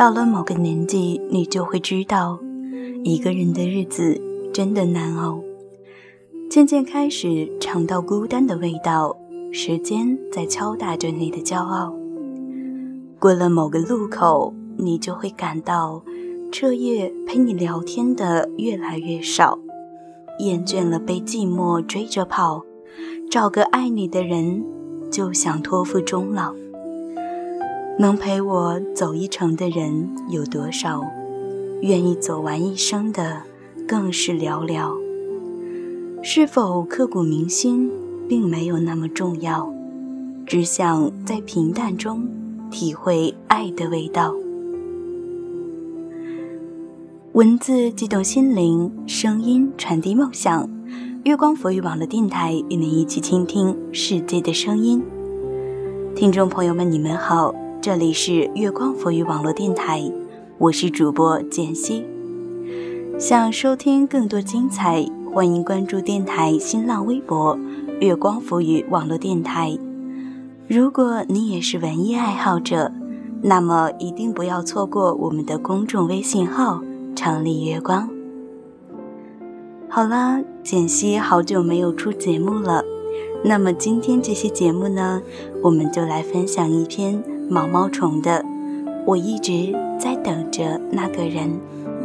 到了某个年纪，你就会知道，一个人的日子真的难熬。渐渐开始尝到孤单的味道，时间在敲打着你的骄傲。过了某个路口，你就会感到彻夜陪你聊天的越来越少，厌倦了被寂寞追着跑，找个爱你的人就想托付终老。能陪我走一程的人有多少？愿意走完一生的更是寥寥。是否刻骨铭心并没有那么重要，只想在平淡中体会爱的味道。文字激动心灵，声音传递梦想。月光佛语网络电台与您一起倾听世界的声音。听众朋友们，你们好，这里是月光佛语网络电台，我是主播简溪。想收听更多精彩，欢迎关注电台新浪微博月光佛语网络电台。如果你也是文艺爱好者，那么一定不要错过我们的公众微信号城里月光。好啦，简溪好久没有出节目了，那么今天这期节目呢，我们就来分享一篇毛毛虫的我一直在等着那个人。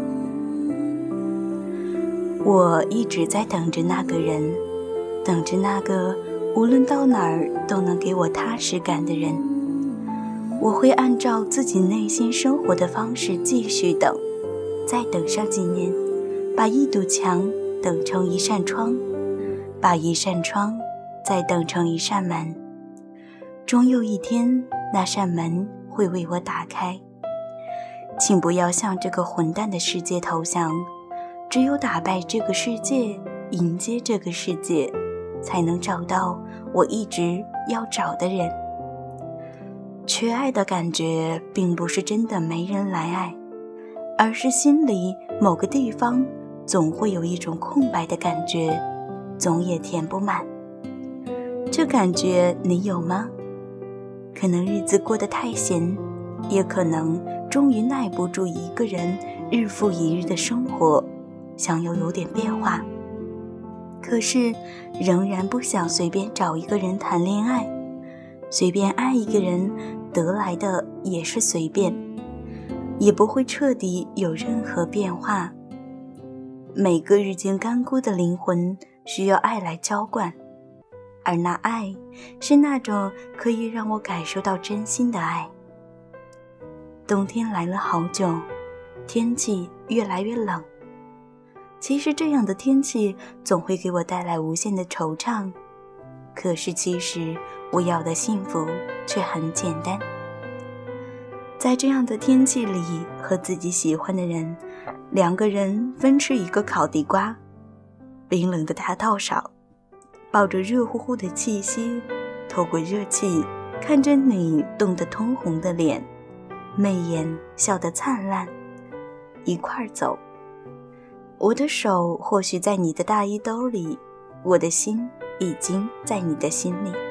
我一直在等着那个人，等着那个无论到哪儿都能给我踏实感的人。我会按照自己内心生活的方式继续等，再等上几年，把一堵墙等成一扇窗，把一扇窗再等成一扇门。终有一天，那扇门会为我打开。请不要向这个混蛋的世界投降，只有打败这个世界，迎接这个世界，才能找到我一直要找的人。缺爱的感觉并不是真的没人来爱，而是心里某个地方总会有一种空白的感觉，总也填不满。这感觉你有吗？可能日子过得太闲，也可能终于耐不住一个人日复一日的生活，想要有点变化，可是仍然不想随便找一个人谈恋爱，随便爱一个人得来的也是随便，也不会彻底有任何变化。每个日渐干枯的灵魂需要爱来浇灌，而那爱是那种可以让我感受到真心的爱。冬天来了好久，天气越来越冷。其实这样的天气总会给我带来无限的惆怅，可是其实我要的幸福却很简单。在这样的天气里，和自己喜欢的人，两个人分吃一个烤地瓜，冰冷的大道上，抱着热乎乎的气息，透过热气看着你冻得通红的脸，媚眼笑得灿烂，一块儿走。我的手或许在你的大衣兜里，我的心已经在你的心里。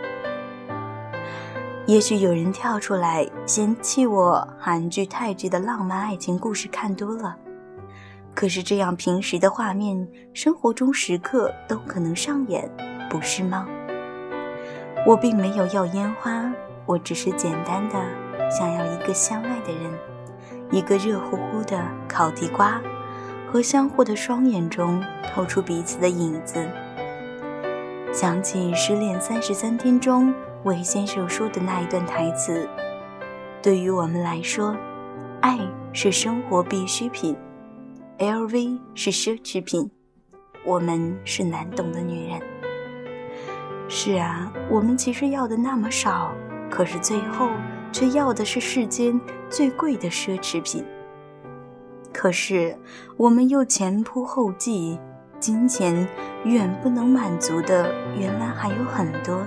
也许有人跳出来嫌弃我韩剧泰剧的浪漫爱情故事看多了，可是这样平时的画面，生活中时刻都可能上演，不是吗？我并没有要烟花，我只是简单的想要一个相爱的人，一个热乎乎的烤地瓜，和相互的双眼中透出彼此的影子。想起《失恋33天》中魏先生说的那一段台词，对于我们来说，爱是生活必需品， LV 是奢侈品，我们是难懂的女人。是啊，我们其实要的那么少，可是最后却要的是世间最贵的奢侈品。可是我们又前仆后继，金钱远不能满足的原来还有很多。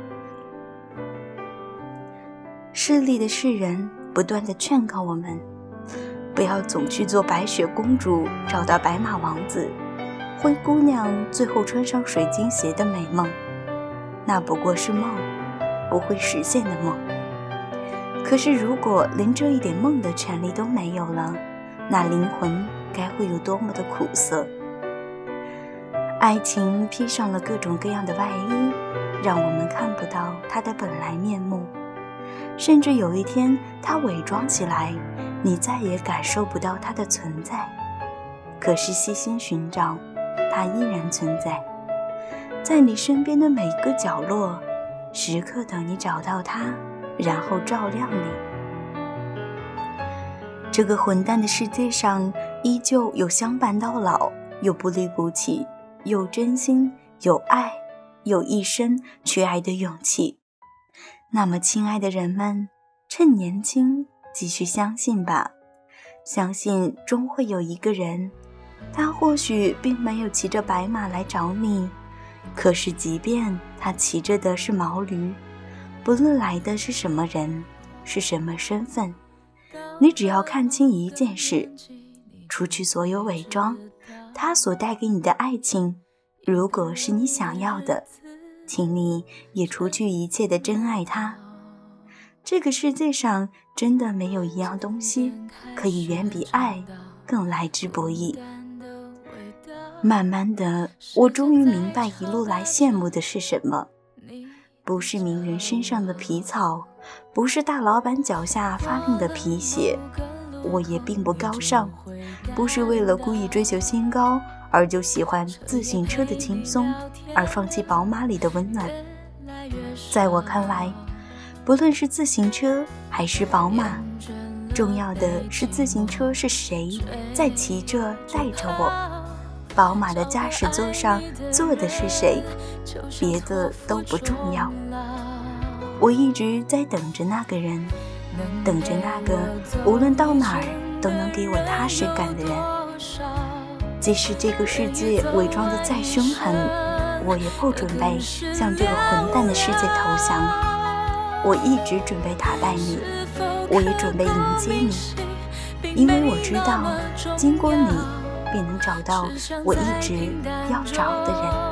势利的世人不断地劝告我们，不要总去做白雪公主找到白马王子，灰姑娘最后穿上水晶鞋的美梦，那不过是梦，不会实现的梦。 可是如果连这一点梦的权利都没有了，那灵魂该会有多么的苦涩。爱情披上了各种各样的外衣，让我们看不到它的本来面目，甚至有一天它伪装起来，你再也感受不到它的存在。可是细心寻找，它依然存在，在你身边的每一个角落，时刻等你找到它，然后照亮你。这个混蛋的世界上，依旧有相伴到老，有不离不弃，有真心，有爱，有一生去爱的勇气。那么亲爱的人们，趁年轻继续相信吧，相信终会有一个人，他或许并没有骑着白马来找你，可是即便他骑着的是毛驴，不论来的是什么人，是什么身份，你只要看清一件事，除去所有伪装，他所带给你的爱情，如果是你想要的，请你也除去一切的真爱他。这个世界上真的没有一样东西可以远比爱更来之不易。慢慢的，我终于明白一路来羡慕的是什么，不是名人身上的皮草，不是大老板脚下发令的皮鞋，我也并不高尚，不是为了故意追求新高而就喜欢自行车的轻松，而放弃宝马里的温暖。在我看来，不论是自行车还是宝马，重要的是自行车是谁在骑着带着我，宝马的驾驶座上坐的是谁，别的都不重要。我一直在等着那个人，等着那个无论到哪儿都能给我踏实感的人。即使这个世界伪装得再凶狠，我也不准备向这个混蛋的世界投降。我一直准备打败你，我也准备迎接你，因为我知道经过你便能找到我一直要找的人。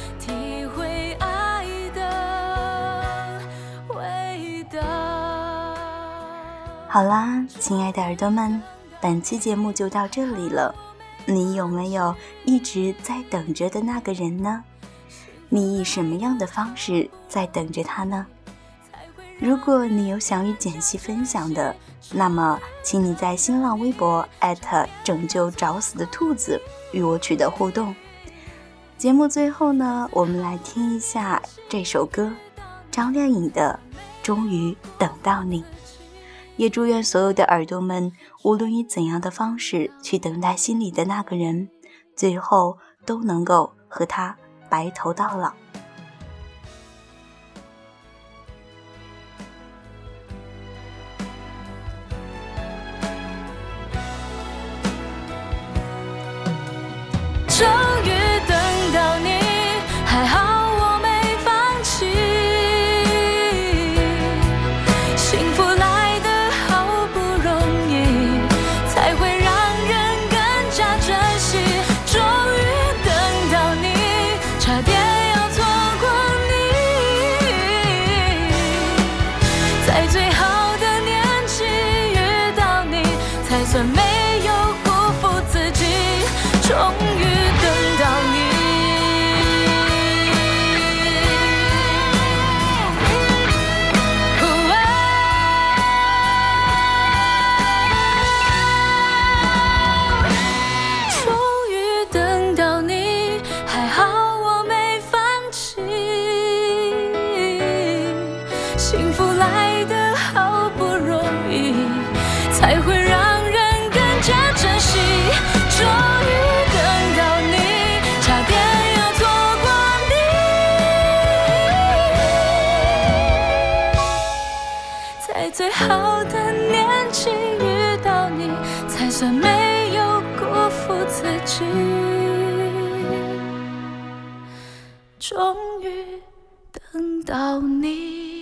好啦，亲爱的耳朵们，本期节目就到这里了。你有没有一直在等着的那个人呢？你以什么样的方式在等着他呢？如果你有想与简溪分享的，那么请你在新浪微博拯救找死的兔子与我取得互动。节目最后呢，我们来听一下这首歌，张靓颖的《终于等到你》。也祝愿所有的耳朵们，无论以怎样的方式去等待心里的那个人，最后都能够和他白头到老。 终于等到你，还好我没放弃，幸福来得好不容易，才会让人更加珍惜。终于等到你，差点要错过你，在最好的年纪遇到你，才算没有辜负自己。终于才会让人更加珍惜。终于等到你，差点要错过你，在最好的年纪遇到你，才算没有辜负自己。终于等到你。